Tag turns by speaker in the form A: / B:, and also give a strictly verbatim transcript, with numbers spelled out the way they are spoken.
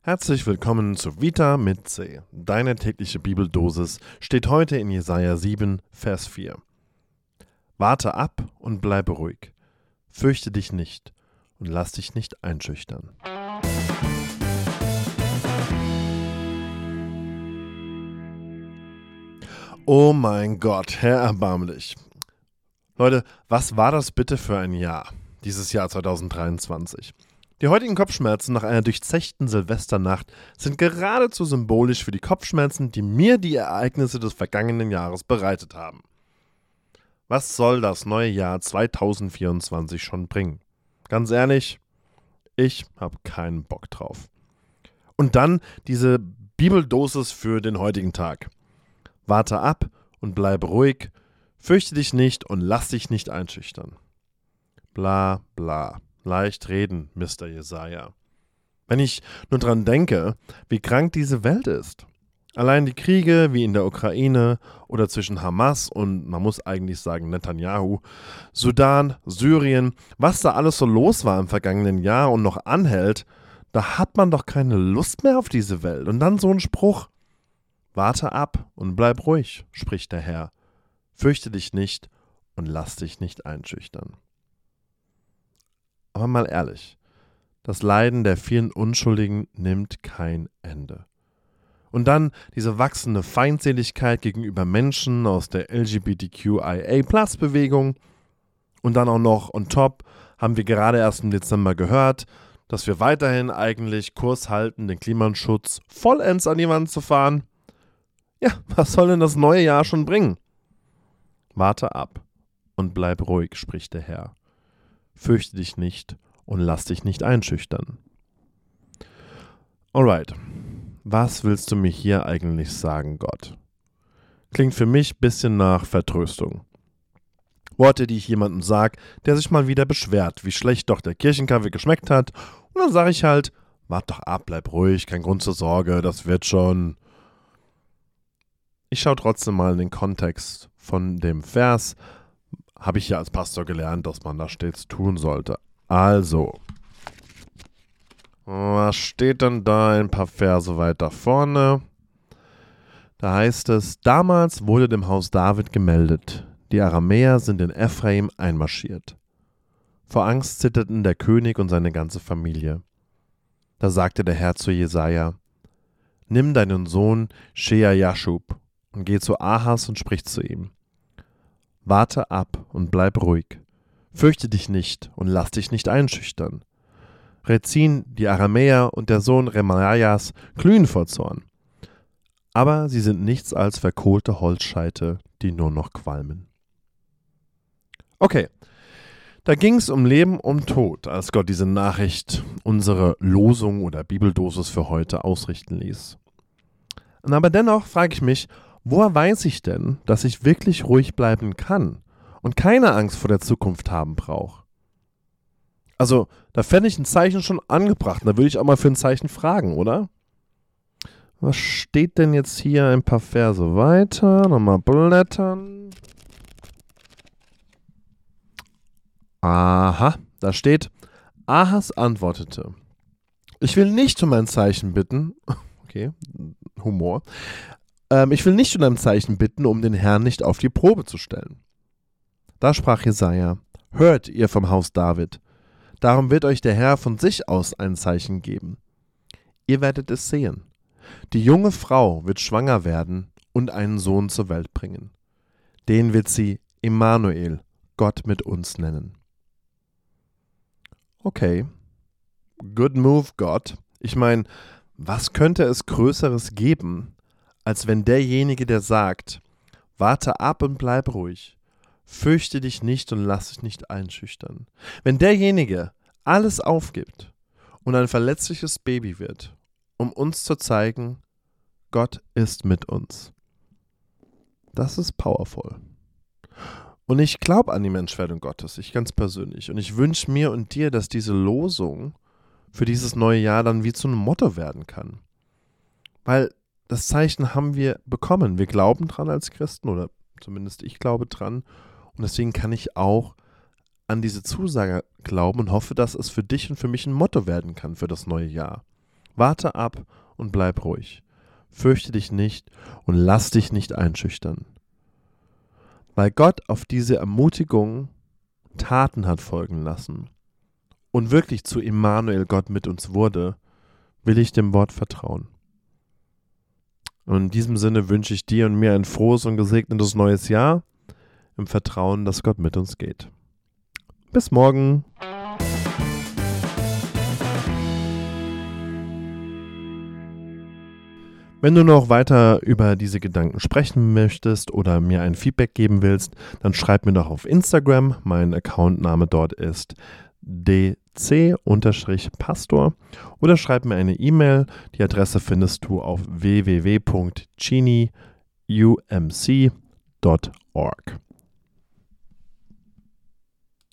A: Herzlich willkommen zu Vita mit C. Deine tägliche Bibeldosis steht heute in Jesaja sieben, Vers vier. Warte ab und bleibe ruhig. Fürchte dich nicht und lass dich nicht einschüchtern. Oh mein Gott, Herr erbarmlich. Leute, was war das bitte für ein Jahr, dieses Jahr zwanzig dreiundzwanzig? Die heutigen Kopfschmerzen nach einer durchzechten Silvesternacht sind geradezu symbolisch für die Kopfschmerzen, die mir die Ereignisse des vergangenen Jahres bereitet haben. Was soll das neue Jahr zwanzig vierundzwanzig schon bringen? Ganz ehrlich, ich habe keinen Bock drauf. Und dann diese Bibeldosis für den heutigen Tag. Warte ab und bleibe ruhig, fürchte dich nicht und lass dich nicht einschüchtern. Bla bla. Leicht reden, Mister Jesaja. Wenn ich nur dran denke, wie krank diese Welt ist. Allein die Kriege wie in der Ukraine oder zwischen Hamas und, man muss eigentlich sagen, Netanyahu, Sudan, Syrien, was da alles so los war im vergangenen Jahr und noch anhält, da hat man doch keine Lust mehr auf diese Welt. Und dann so ein Spruch. Warte ab und bleib ruhig, spricht der Herr. Fürchte dich nicht und lass dich nicht einschüchtern. Aber mal ehrlich, das Leiden der vielen Unschuldigen nimmt kein Ende. Und dann diese wachsende Feindseligkeit gegenüber Menschen aus der L G B T Q I A Plus Bewegung. Und dann auch noch on top haben wir gerade erst im Dezember gehört, dass wir weiterhin eigentlich Kurs halten, den Klimaschutz vollends an die Wand zu fahren. Ja, was soll denn das neue Jahr schon bringen? Warte ab und bleib ruhig, spricht der Herr. Fürchte dich nicht und lass dich nicht einschüchtern. Alright, was willst du mir hier eigentlich sagen, Gott? Klingt für mich ein bisschen nach Vertröstung. Worte, die ich jemandem sage, der sich mal wieder beschwert, wie schlecht doch der Kirchenkaffee geschmeckt hat. Und dann sage ich halt, wart doch ab, bleib ruhig, kein Grund zur Sorge, das wird schon. Ich schaue trotzdem mal in den Kontext von dem Vers. Habe ich ja als Pastor gelernt, dass man das stets tun sollte. Also, was steht denn da ein paar Verse weiter vorne? Da heißt es, damals wurde dem Haus David gemeldet, die Aramäer sind in Ephraim einmarschiert. Vor Angst zitterten der König und seine ganze Familie. Da sagte der Herr zu Jesaja, nimm deinen Sohn Shear-Jashub und geh zu Ahas und sprich zu ihm. Warte ab und bleib ruhig. Fürchte dich nicht und lass dich nicht einschüchtern. Rezin, die Aramäer und der Sohn Remajas glühen vor Zorn. Aber sie sind nichts als verkohlte Holzscheite, die nur noch qualmen. Okay, da ging es um Leben und Tod, als Gott diese Nachricht, unsere Losung oder Bibeldosis für heute ausrichten ließ. Aber dennoch frage ich mich, woher weiß ich denn, dass ich wirklich ruhig bleiben kann und keine Angst vor der Zukunft haben brauche? Also, da fände ich ein Zeichen schon angebracht. Da würde ich auch mal für ein Zeichen fragen, oder? Was steht denn jetzt hier ein paar Verse weiter? Nochmal blättern. Aha, da steht, Ahas antwortete, ich will nicht um ein Zeichen bitten. Okay, Humor. Ich will nicht um ein Zeichen bitten, um den Herrn nicht auf die Probe zu stellen. Da sprach Jesaja, hört ihr vom Haus David, darum wird euch der Herr von sich aus ein Zeichen geben. Ihr werdet es sehen. Die junge Frau wird schwanger werden und einen Sohn zur Welt bringen. Den wird sie Immanuel, Gott mit uns nennen. Okay, good move, Gott. Ich meine, was könnte es Größeres geben, als wenn derjenige, der sagt, warte ab und bleib ruhig, fürchte dich nicht und lass dich nicht einschüchtern. Wenn derjenige alles aufgibt und ein verletzliches Baby wird, um uns zu zeigen, Gott ist mit uns. Das ist powerful. Und ich glaube an die Menschwerdung Gottes, ich ganz persönlich. Und ich wünsche mir und dir, dass diese Losung für dieses neue Jahr dann wie zu einem Motto werden kann. Weil das Zeichen haben wir bekommen. Wir glauben dran als Christen oder zumindest ich glaube dran. Und deswegen kann ich auch an diese Zusage glauben und hoffe, dass es für dich und für mich ein Motto werden kann für das neue Jahr. Warte ab und bleib ruhig. Fürchte dich nicht und lass dich nicht einschüchtern. Weil Gott auf diese Ermutigung Taten hat folgen lassen und wirklich zu Immanuel, Gott mit uns wurde, will ich dem Wort vertrauen. Und in diesem Sinne wünsche ich dir und mir ein frohes und gesegnetes neues Jahr im Vertrauen, dass Gott mit uns geht. Bis morgen. Wenn du noch weiter über diese Gedanken sprechen möchtest oder mir ein Feedback geben willst, dann schreib mir doch auf Instagram. Mein Accountname dort ist d c Pastor oder schreib mir eine E-Mail. Die Adresse findest du auf w w w punkt chini u m c punkt org.